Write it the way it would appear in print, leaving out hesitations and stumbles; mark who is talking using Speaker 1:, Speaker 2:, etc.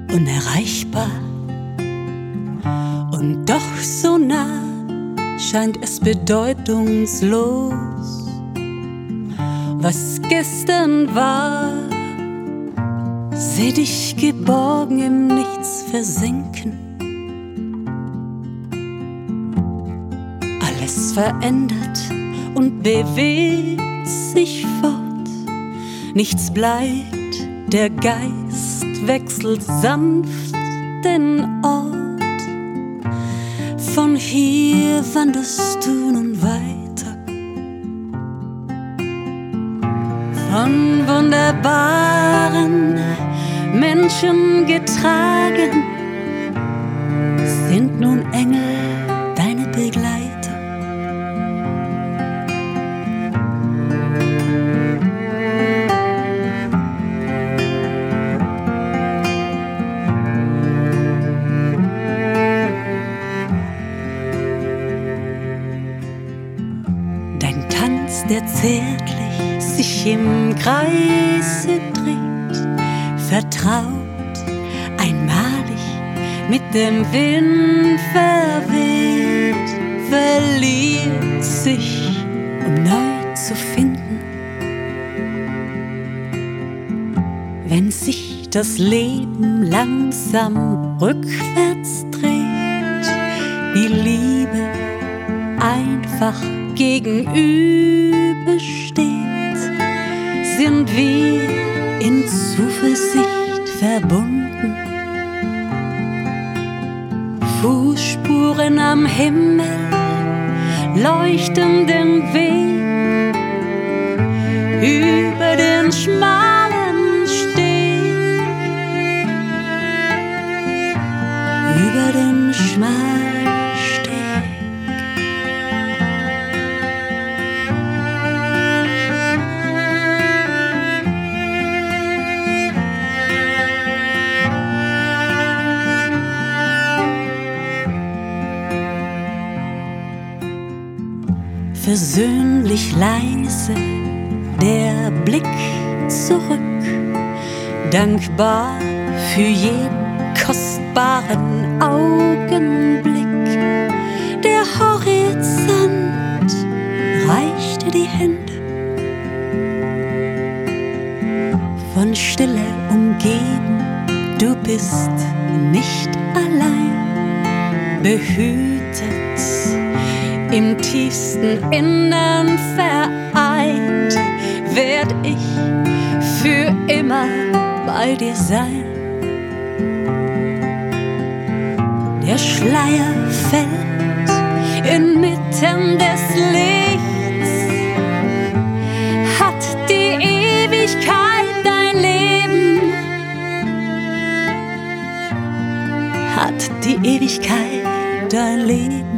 Speaker 1: unerreichbar und doch so nah scheint es bedeutungslos. Was gestern war, seh dich geborgen im Nichts versinken. Alles verändert und bewegt sich fort. Nichts bleibt, der Geist wechselt sanft den Ort. Von hier wanderst du nun weiter, von wunderbaren Menschen getragen, sind nun Engel deine Begleiter. Dein Tanz, der zärtlich sich im Kreise dreht, vertraut, einmalig mit dem Wind verweht, verliert sich, um neu zu finden. Wenn sich das Leben langsam rückwärts dreht, die Liebe einfach gegenübersteht, sind wir in Zuversicht verbunden. Fußspuren am Himmel leuchten den Weg über den schmalen Steg, über den schmalen Steg. Versöhnlich leise der Blick zurück, dankbar für jeden kostbaren Augenblick. Der Horizont reichte die Hände, von Stille umgeben, du bist nicht allein, behütet, im tiefsten Innern vereint, werd ich für immer bei dir sein. Der Schleier fällt inmitten des Lichts, hat die Ewigkeit dein Leben, hat die Ewigkeit dein Leben.